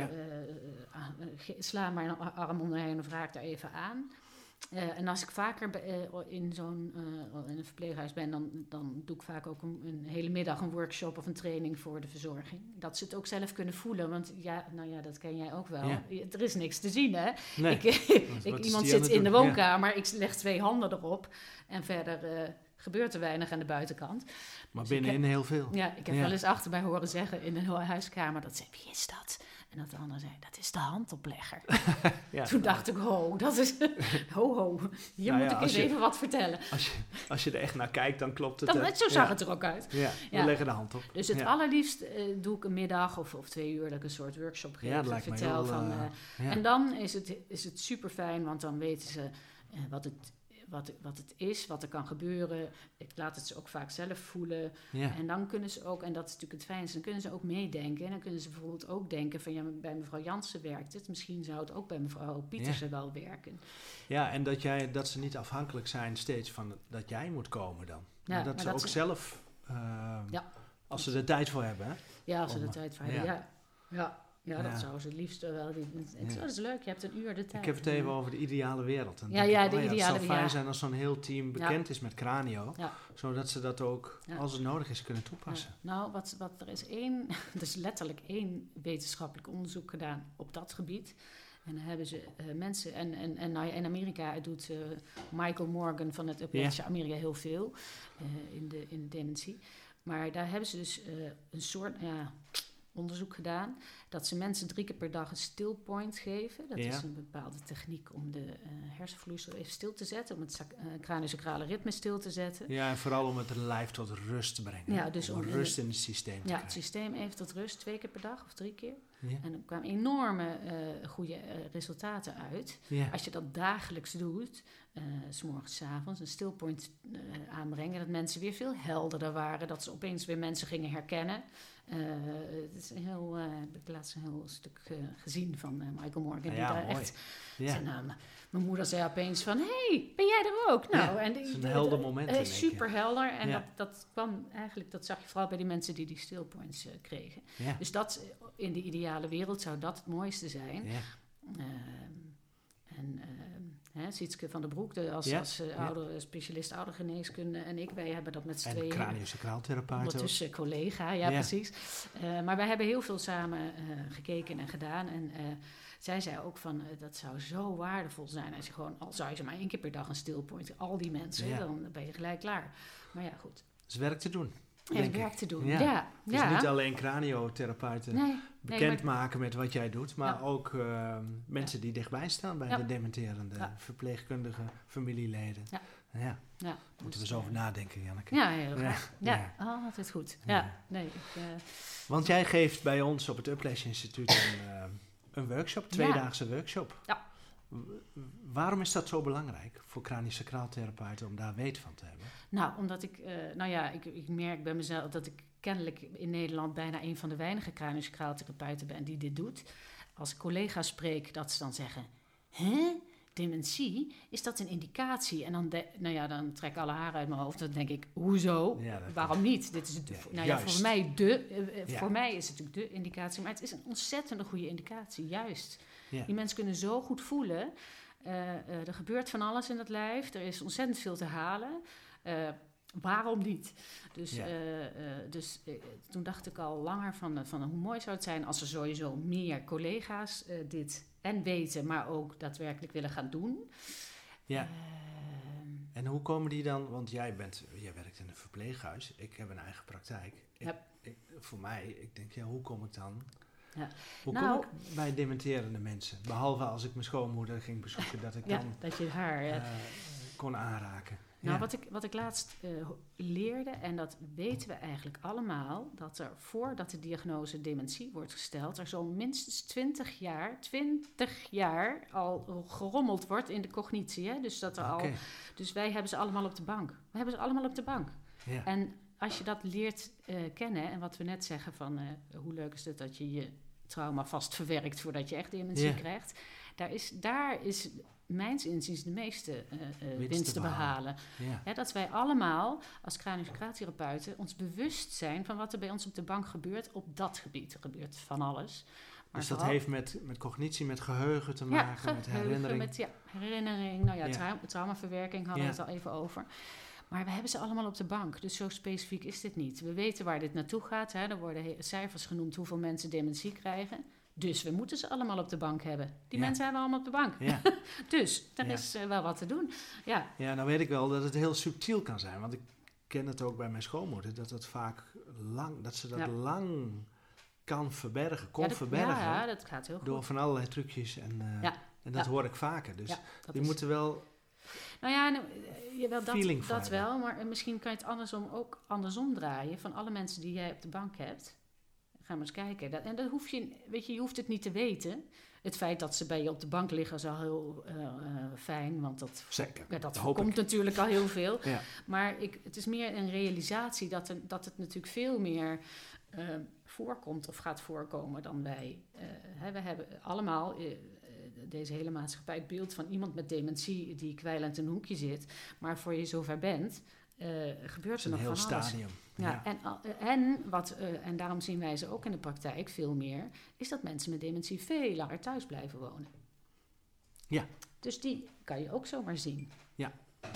sla maar een arm onderheen of raak daar even aan... en als ik vaker in een verpleeghuis ben, dan doe ik vaak ook een hele middag een workshop of een training voor de verzorging. Dat ze het ook zelf kunnen voelen, want dat ken jij ook wel. Ja. Er is niks te zien, hè?
Nee.
Iemand zit in de woonkamer, ik leg 2 handen erop en verder gebeurt er weinig aan de buitenkant.
Maar dus binnenin heel veel.
Ja, ik heb wel eens achterbij horen zeggen in een huiskamer, dat zei, wie is dat? En dat de ander zei, dat is de handoplegger. Toen dacht ik, dat is... Hier moet ik eens even wat vertellen.
Als je er echt naar kijkt, dan klopt het.
Zo zag het er ook uit.
Ja, we leggen de hand op.
Dus het allerliefst doe ik een middag of 2 uur dat ik een soort workshop geef.
Ja, vertel
van. En dan is het super fijn, want dan weten ze wat het is, wat er kan gebeuren. Ik laat het ze ook vaak zelf voelen. Ja. En dan kunnen ze ook, en dat is natuurlijk het fijnste, dan kunnen ze ook meedenken. En dan kunnen ze bijvoorbeeld ook denken van, bij mevrouw Jansen werkt het. Misschien zou het ook bij mevrouw Pietersen wel werken.
Ja, en dat ze niet afhankelijk zijn steeds van dat jij moet komen dan. Ja, dat ze ook zelf, als ze er tijd voor hebben. Hè?
Ja, als ze er tijd voor hebben, Ja, dat zou ze het liefst wel. Dat is leuk, je hebt een uur de tijd.
Ik heb het even over de ideale wereld. En
de ideale wereld.
Het zou fijn zijn als zo'n heel team bekend is met Cranio. Ja. Zodat ze dat ook, als het nodig is, kunnen toepassen.
Ja. Nou, er is er is letterlijk 1 wetenschappelijk onderzoek gedaan op dat gebied. En dan hebben ze mensen... En in Amerika doet Michael Morgan van het Upledge Amerika heel veel in de dementie. Maar daar hebben ze dus een soort... onderzoek gedaan, dat ze mensen 3 keer per dag een still point geven. Dat is een bepaalde techniek om de hersenvloeisel even stil te zetten, om het craniosacrale ritme stil te zetten.
Ja, en vooral om het lijf tot rust te brengen.
Ja, dus
om rust in het systeem te krijgen.
Het systeem even tot rust, 2 keer per dag of 3 keer. Ja. En er kwamen enorme goede resultaten uit. Ja. Als je dat dagelijks doet, 's morgens, 's avonds, een still point aanbrengen, dat mensen weer veel helderder waren, dat ze opeens weer mensen gingen herkennen. Het is ik heb laatst een heel stuk gezien van Michael Morgan. Die daar
mooi.
Echt mijn moeder zei opeens van, hey, ben jij er ook? Nou, en
het is een helder moment.
Super helder. En dat kwam eigenlijk, dat zag je vooral bij die mensen die still points kregen. Ja. Dus dat, in de ideale wereld zou dat het mooiste zijn. Ja. Sietske van der Broek, als specialist oudergeneeskunde en wij hebben dat met z'n tweeën.
En craniosacraal therapeut.
Ondertussen collega, precies. Maar wij hebben heel veel samen gekeken en gedaan. En zij zei ook van, dat zou zo waardevol zijn als je gewoon, al zou je maar 1 keer per dag een still point, al die mensen, dan ben je gelijk klaar. Maar ja, goed.
Het is werk te doen.
Werk te doen, ja.
Dus niet alleen craniotherapeuten bekendmaken met wat jij doet, maar ook mensen die dichtbij staan bij de dementerende verpleegkundige familieleden. Ja. Moeten we eens over nadenken, Janneke.
Ja, heel graag. Altijd goed.
Want jij geeft bij ons op het Upledge Instituut een workshop, 2-daagse workshop. Ja. Waarom is dat zo belangrijk voor craniosacraal therapeuten om daar weet van te hebben?
Nou, omdat ik merk bij mezelf dat ik kennelijk in Nederland bijna een van de weinige craniosacraal therapeuten ben die dit doet. Als ik collega's spreek, dat ze dan zeggen, dementie, is dat een indicatie? En dan, dan trek ik alle haren uit mijn hoofd. Dan denk ik, hoezo? Waarom niet? Dit is voor mij is het natuurlijk de indicatie, maar het is een ontzettende goede indicatie, juist. Ja. Die mensen kunnen zo goed voelen. Er gebeurt van alles in het lijf. Er is ontzettend veel te halen. Waarom niet? Dus toen dacht ik al langer van hoe mooi zou het zijn als er sowieso meer collega's dit en weten, maar ook daadwerkelijk willen gaan doen.
Ja. En hoe komen die dan? Want jij werkt in een verpleeghuis. Ik heb een eigen praktijk. Voor mij, ik denk, hoe kom ik dan? Ja. Hoe kom ik bij dementerende mensen? Behalve als ik mijn schoonmoeder ging bezoeken, dat ik dan
dat je haar
kon aanraken.
Nou, wat ik laatst leerde, en dat weten we eigenlijk allemaal, dat er voordat de diagnose dementie wordt gesteld, er zo minstens 20 jaar al gerommeld wordt in de cognitie. Hè? Dus, dus wij hebben ze allemaal op de bank. We hebben ze allemaal op de bank.
Ja.
En als je dat leert kennen, en wat we net zeggen van hoe leuk is het dat je je trauma vast verwerkt voordat je echt dementie krijgt, daar is mijns inziens de meeste winst te behalen.
Ja.
Ja, dat wij allemaal als craniosacraaltherapeuten ons bewust zijn van wat er bij ons op de bank gebeurt op dat gebied. Er gebeurt van alles. Maar
dus dat heeft met cognitie, met geheugen te maken, met herinnering.
Met herinnering, traumaverwerking hadden we het al even over. Maar we hebben ze allemaal op de bank, dus zo specifiek is dit niet. We weten waar dit naartoe gaat. Hè. Er worden cijfers genoemd hoeveel mensen dementie krijgen. Dus we moeten ze allemaal op de bank hebben. Die mensen hebben we allemaal op de bank. Ja. Dus, er is wel wat te doen. Ja,
nou weet ik wel dat het heel subtiel kan zijn. Want ik ken het ook bij mijn schoonmoeder. Dat het vaak lang kan verbergen, verbergen.
Ja, dat gaat heel goed.
Door van allerlei trucjes. En dat hoor ik vaker. Dus die moeten wel...
Nou ja, dat wel. Maar misschien kan je het andersom draaien. Van alle mensen die jij op de bank hebt... Ga maar eens kijken. En dat hoef je hoeft het niet te weten. Het feit dat ze bij je op de bank liggen is al heel fijn. Want dat voorkomt natuurlijk al heel veel. Ja. Maar het is meer een realisatie dat het natuurlijk veel meer voorkomt of gaat voorkomen dan wij. We hebben allemaal... deze hele maatschappij het beeld van iemand met dementie die kwijlend in een hoekje zit. Maar voor je zover bent, gebeurt er nog van alles.
Een heel stadium.
Ja. En daarom zien wij ze ook in de praktijk veel meer, is dat mensen met dementie veel langer thuis blijven wonen.
Ja.
Dus die kan je ook zomaar zien.
Ja.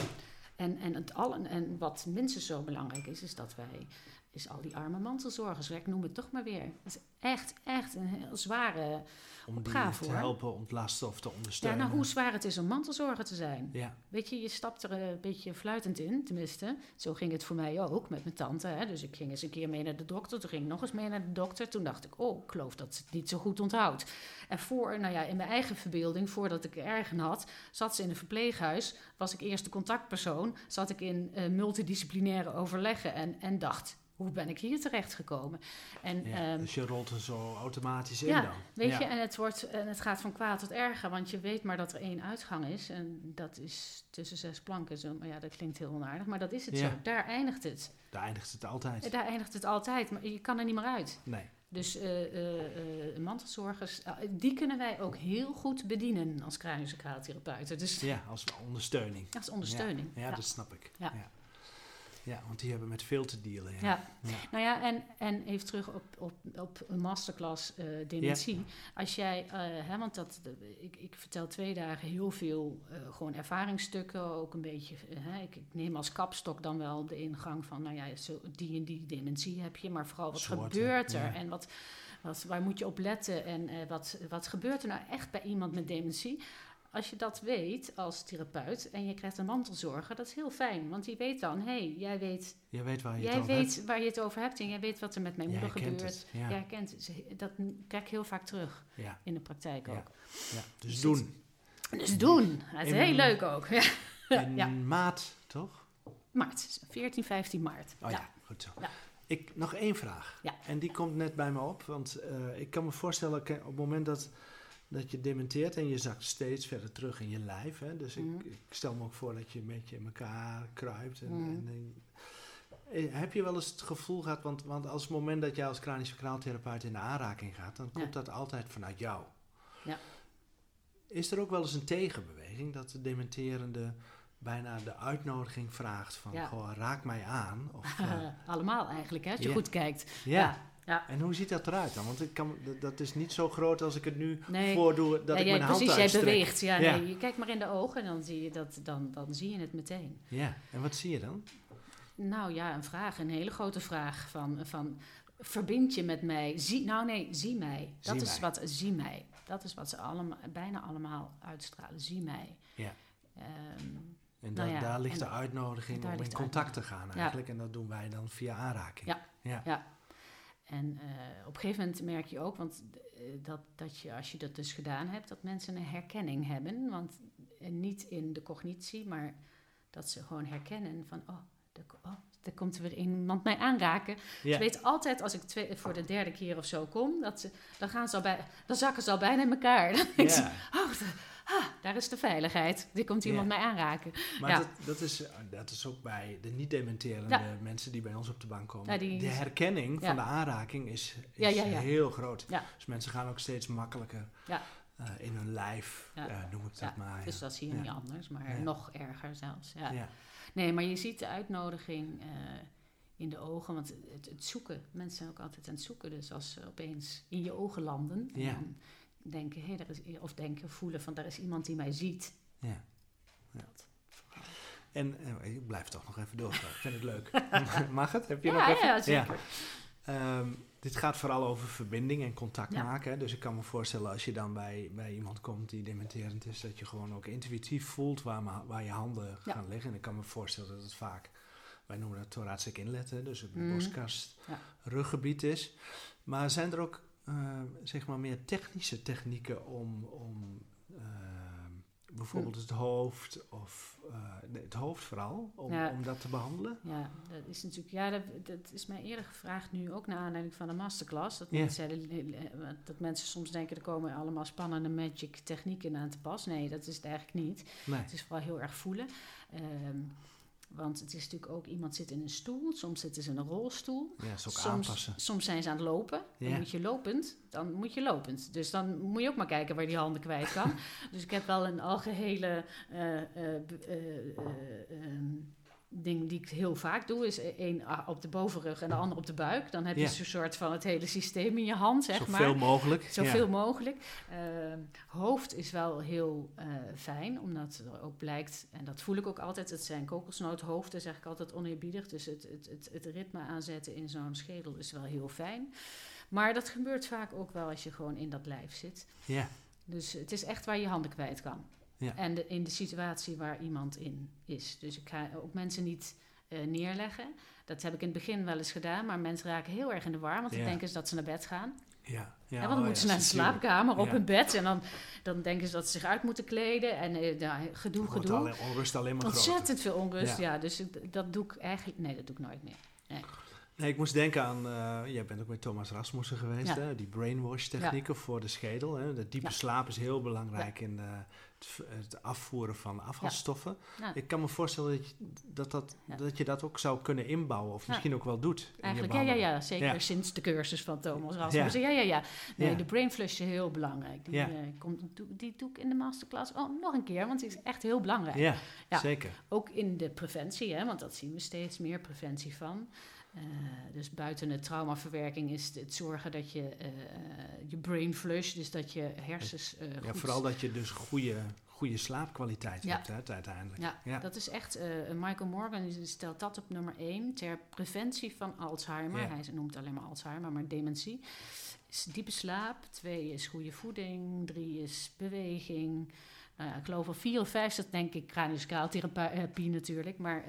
En wat minstens zo belangrijk is dat wij... is al die arme mantelzorgers, ik noem het toch maar weer. Dat is echt een heel zware opgave,
om die te helpen, ontlasten of te ondersteunen.
Ja, nou, hoe zwaar het is om mantelzorger te zijn.
Ja.
Weet je stapt er een beetje fluitend in, tenminste. Zo ging het voor mij ook, met mijn tante. Hè. Dus ik ging eens een keer mee naar de dokter, toen ging ik nog eens mee naar de dokter. Toen dacht ik, ik geloof dat ze het niet zo goed onthoudt. En in mijn eigen verbeelding, voordat ik ergen had, zat ze in een verpleeghuis, was ik eerst de contactpersoon, zat ik in multidisciplinaire overleggen en dacht... Hoe ben ik hier terecht gekomen?
Dus je rolt er zo automatisch in dan.
Weet je, en het gaat van kwaad tot erger, want je weet maar dat er 1 uitgang is. En dat is tussen 6 planken. Zo, maar dat klinkt heel onaardig, maar dat is het zo. Daar eindigt het.
Daar eindigt het altijd.
Daar eindigt het altijd, maar je kan er niet meer uit.
Nee.
Dus mantelzorgers, die kunnen wij ook heel goed bedienen als craniosacraaltherapeuten. Dus,
als ondersteuning.
Als ondersteuning.
Ja, dat snap ik. Ja, want die hebben met veel te dealen.
Nou ja, en even terug op een masterclass dementie. Als jij, want ik vertel 2 dagen heel veel gewoon ervaringsstukken, ook een beetje, ik neem als kapstok dan wel de ingang van, die en die dementie heb je, maar vooral wat gebeurt er en waar moet je op letten en wat gebeurt er nou echt bij iemand met dementie? Als je dat weet als therapeut en je krijgt een mantelzorger, dat is heel fijn. Want die weet dan, jij weet waar je het over hebt en jij weet wat er met mijn moeder gebeurt. Jij kent het. Dat krijg ik heel vaak terug in de praktijk ook.
Ja. Dus doen.
Dus doen. Dat is heel leuk ook.
In maart, toch?
Maart, 14, 15 maart.
Oh ja, goed zo. Ja. Nog 1 vraag.
Ja.
En die komt net bij me op. Want ik kan me voorstellen, op het moment dat je dementeert en je zakt steeds verder terug in je lijf. Hè? Dus ik stel me ook voor dat je een beetje in elkaar kruipt. Heb je wel eens het gevoel gehad, want als het moment dat jij als craniosacraaltherapeut in de aanraking gaat, dan komt dat altijd vanuit jou. Ja. Is er ook wel eens een tegenbeweging dat de dementerende bijna de uitnodiging vraagt van, raak mij aan? Of,
allemaal eigenlijk, hè, als je goed kijkt.
Ja. En hoe ziet dat eruit dan? Want dat is niet zo groot als ik het nu voordoe, dat ik mijn hand uitstrek.
Precies, jij beweegt. Je kijkt maar in de ogen en dan zie je dan zie je het meteen.
Ja, en wat zie je dan?
Nou ja, een hele grote vraag van verbind je met mij? Zie mij. Zie mij. Dat is wat ze bijna allemaal uitstralen. Zie mij.
Ja. En daar ligt de uitnodiging om in contact te gaan eigenlijk. Ja. En dat doen wij dan via aanraking.
Ja. En op een gegeven moment merk je ook, want dat je, als je dat dus gedaan hebt, dat mensen een herkenning hebben. Want niet in de cognitie, maar Dat ze gewoon herkennen van, er komt weer iemand mij aanraken.
Ja.
Ze weet altijd, als ik voor de derde keer of zo kom, dan zakken ze al bijna in elkaar. Dan denk ze, daar is de veiligheid. Er komt iemand mij aanraken.
Maar dat is ook bij de niet-dementerende mensen die bij ons op de bank komen. De herkenning van de aanraking is heel groot. Ja. Dus mensen gaan ook steeds makkelijker in hun lijf, noem ik dat maar.
Dus dat zie je niet anders, maar nog erger zelfs. Ja. Nee, maar je ziet de uitnodiging in de ogen, want het zoeken, mensen zijn ook altijd aan het zoeken. Dus als ze opeens in je ogen landen, en dan denken, voelen van, daar is iemand die mij ziet.
Ja. En ik blijf toch nog even doorgaan. Ik vind het leuk. Mag het? Heb je nog even?
Ja, zeker.
Dit gaat vooral over verbinding en contact maken. Hè? Dus ik kan me voorstellen, als je dan bij iemand komt die dementerend is, dat je gewoon ook intuïtief voelt waar je handen gaan liggen. En ik kan me voorstellen dat het vaak, wij noemen dat thoracic inlet, dus het borstkast, ruggebied is. Maar zijn er ook zeg maar meer technische technieken om bijvoorbeeld het hoofd of het hoofd vooral, om dat te behandelen?
Ja, dat is natuurlijk, dat is mij eerder gevraagd nu ook naar aanleiding van de masterclass. Dat mensen soms denken, er komen allemaal spannende magic technieken aan te pas. Nee, dat is het eigenlijk niet.
Nee.
Het is vooral heel erg voelen. Want het is natuurlijk ook, iemand zit in een stoel, soms zitten ze in een rolstoel.
Ja, dat is ook aanpassen.
Soms zijn ze aan het lopen, dan moet je lopend. Dus dan moet je ook maar kijken waar je die handen kwijt kan. Dus ik heb wel een algehele ding die ik heel vaak doe, is één op de bovenrug en de ander op de buik. Dan heb je zo'n soort van het hele systeem in je hand, zeg maar. Zoveel mogelijk. Hoofd is wel heel fijn, omdat er ook blijkt, en dat voel ik ook altijd, het zijn kokosnoothoofden, zeg ik altijd oneerbiedig. Dus het ritme aanzetten in zo'n schedel is wel heel fijn. Maar dat gebeurt vaak ook wel als je gewoon in dat lijf zit.
Ja.
Dus het is echt waar je handen kwijt kan. Ja. En in de situatie waar iemand in is. Dus ik ga ook mensen niet neerleggen. Dat heb ik in het begin wel eens gedaan. Maar mensen raken heel erg in de war. Want dan denken ze dat ze naar bed gaan.
Ja.
Want dan moeten ze naar de slaapkamer op hun bed. En dan denken ze dat ze zich uit moeten kleden. En gedoe.
Onrust alleen maar
ontzettend veel onrust. Ja, dus dat doe ik eigenlijk... Nee, dat doe ik nooit meer.
Nee, ik moest denken aan... jij bent ook met Thomas Rasmussen geweest. Hè? Die brainwash technieken voor de schedel. Hè? De diepe slaap is heel belangrijk in het afvoeren van afvalstoffen. Ja. Ik kan me voorstellen dat je dat ook zou kunnen inbouwen. Of misschien ook wel doet.
Eigenlijk, zeker sinds de cursus van Thomas Rasmussen. Nee, de brainflush is heel belangrijk. Die doe ik in de masterclass nog een keer. Want die is echt heel belangrijk.
Ja, zeker.
Ook in de preventie, hè, want dat zien we steeds meer preventie van. Dus buiten de traumaverwerking is het zorgen dat je brain flush, dus dat je hersens goed...
vooral dat je dus goede slaapkwaliteit hebt uiteindelijk.
Ja, dat is echt... Michael Morgan stelt dat op nummer 1 ter preventie van Alzheimer. Hij noemt alleen maar Alzheimer, maar dementie. Is diepe slaap. 2 is goede voeding. 3 is beweging. Ik geloof al 4 of 5 dat denk ik craniosacraaltherapie natuurlijk, maar...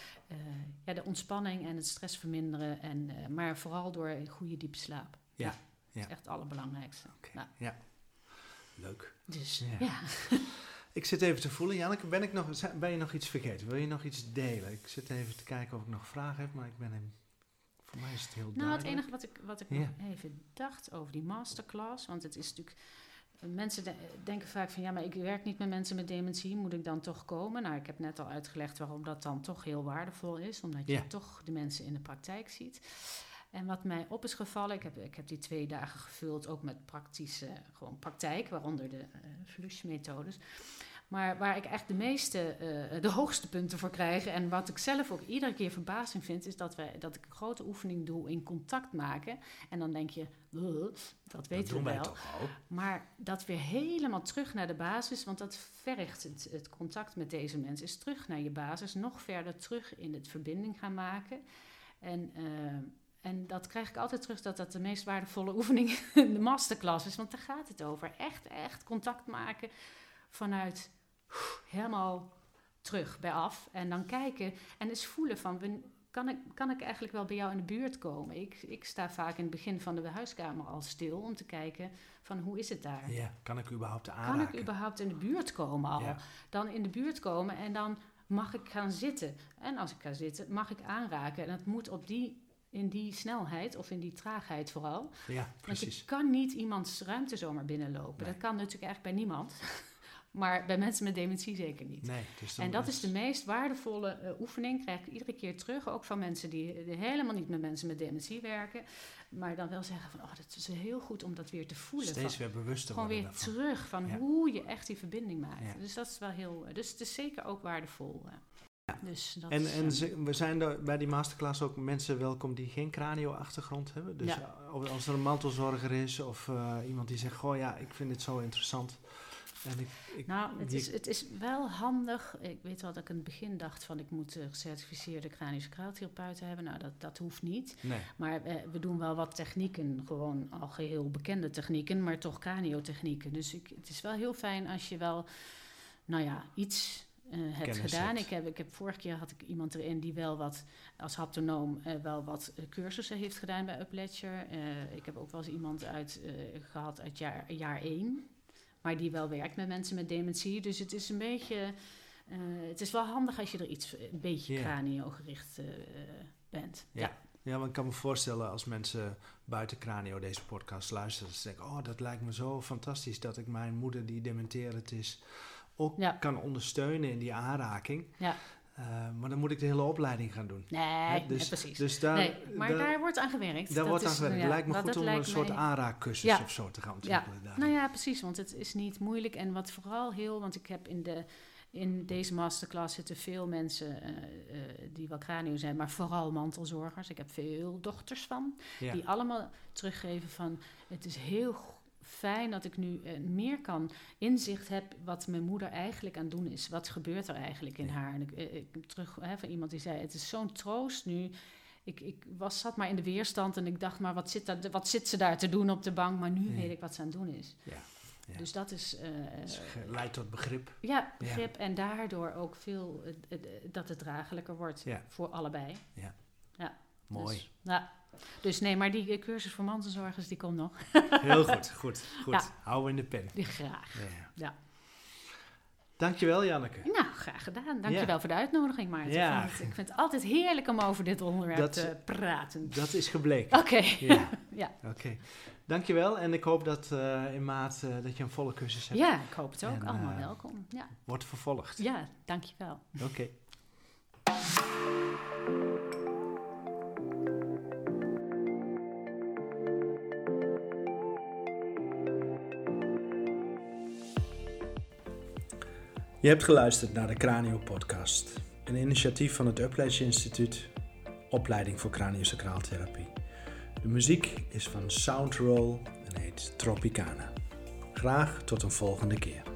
de ontspanning en het stress verminderen. Maar vooral door goede diepe slaap. Dat is echt het allerbelangrijkste.
Okay. Ja. Leuk.
Dus,
Ik zit even te voelen. Janneke, ben je nog iets vergeten? Wil je nog iets delen? Ik zit even te kijken of ik nog vragen heb, maar voor mij is het heel duidelijk.
Het enige wat ik nog even dacht over die masterclass, want het is natuurlijk... Mensen denken vaak van, maar ik werk niet met mensen met dementie, moet ik dan toch komen? Nou, ik heb net al uitgelegd waarom dat dan toch heel waardevol is, omdat je toch de mensen in de praktijk ziet. En wat mij op is gevallen, ik heb die 2 dagen gevuld, ook met praktische praktijk, waaronder de flush-methodes. Maar waar ik eigenlijk de hoogste punten voor krijg, en wat ik zelf ook iedere keer verbazing vind, is dat ik een grote oefening doe in contact maken. En dan denk je, dat weten we wel. Maar dat weer helemaal terug naar de basis, want dat vergt het contact met deze mensen, is terug naar je basis, nog verder terug in het verbinding gaan maken. En dat krijg ik altijd terug, dat de meest waardevolle oefening in de masterclass is, want daar gaat het over. Echt contact maken vanuit helemaal terug bij af. En dan kijken en eens voelen van, kan ik eigenlijk wel bij jou in de buurt komen? Ik sta vaak in het begin van de huiskamer al stil om te kijken van, hoe is het daar?
Ja, kan ik überhaupt aanraken?
Kan ik überhaupt in de buurt komen al? Ja. Dan in de buurt komen en dan mag ik gaan zitten? En als ik ga zitten, mag ik aanraken? En dat moet in die snelheid of in die traagheid vooral.
Ja, precies.
Want je kan niet iemands ruimte zomaar binnenlopen.
Nee.
Dat kan natuurlijk eigenlijk bij niemand. Maar bij mensen met dementie zeker niet.
Nee, dus
en dat is de meest waardevolle oefening. Krijg ik iedere keer terug. Ook van mensen die helemaal niet met mensen met dementie werken. Maar dan wel zeggen van, dat is heel goed om dat weer te voelen.
Steeds weer bewuster
gewoon
worden
weer
daarvan.
terug van hoe je echt die verbinding maakt.
Ja.
Dus dat is wel heel... Dus het is zeker ook waardevol. Dus dat
we zijn er bij die masterclass ook mensen welkom die geen cranio-achtergrond hebben. Dus als er een mantelzorger is of iemand die zegt, ik vind dit zo interessant. En
het is wel handig. Ik weet wel dat ik in het begin dacht van ik moet gecertificeerde craniosacraaltherapeuten hebben. Nou, dat hoeft niet.
Nee.
Maar we doen wel wat technieken, gewoon al geheel bekende technieken, maar toch craniotechnieken. Dus het is wel heel fijn als je wel, iets hebt gedaan. Vorige keer had ik iemand erin die wel wat, als haptonoom, wel wat cursussen heeft gedaan bij Upledger. Ik heb ook wel eens iemand gehad uit jaar 1. Maar die wel werkt met mensen met dementie. Dus het is een beetje... het is wel handig als je er een beetje cranio-gericht bent.
Ja, want ik kan me voorstellen als mensen buiten cranio deze podcast luisteren. Dat ze denken, dat lijkt me zo fantastisch dat ik mijn moeder die dementerend is ook kan ondersteunen in die aanraking. Ja. Maar dan moet ik de hele opleiding gaan doen.
Nee, precies.
Dus
daar wordt aan gewerkt.
Daar wordt aan gewerkt. Het lijkt me goed om een soort aanraakcursus of zo te gaan ontwikkelen.
Ja. Nou ja, precies. Want het is niet moeilijk. En wat vooral want ik heb in deze masterclass zitten veel mensen die wel cranio zijn, maar vooral mantelzorgers. Ik heb veel dochters van. Die allemaal teruggeven van, het is heel fijn dat ik nu meer inzicht heb wat mijn moeder eigenlijk aan het doen is. Wat gebeurt er eigenlijk in haar? En ik terug van iemand die zei, het is zo'n troost nu. Ik zat maar in de weerstand en ik dacht maar, wat zit ze daar te doen op de bank? Maar nu weet ik wat ze aan het doen is. Ja. Ja. Dus dat is...
leidt tot begrip.
Ja, begrip. Ja. En daardoor ook veel dat het draaglijker wordt voor allebei.
Ja.
Mooi. Dus nee, maar die cursus voor mantelzorgers, die komt nog.
Heel goed. Ja. Hou in de pen.
Graag. Ja.
Dankjewel, Janneke.
Nou, graag gedaan. Dankjewel voor de uitnodiging, Maarten. Ja. Ik vind het altijd heerlijk om over dit onderwerp te praten.
Dat is gebleken.
Oké.
Ja. Oké. Dankjewel. En ik hoop dat in maart dat je een volle cursus hebt.
Ja, ik hoop het ook. Allemaal welkom. Ja.
Wordt vervolgd.
Ja, dankjewel.
Oké. Je hebt geluisterd naar de Cranio Podcast, een initiatief van het Upledger Instituut, opleiding voor craniosacraaltherapie. De muziek is van Soundroll en heet Tropicana. Graag tot een volgende keer.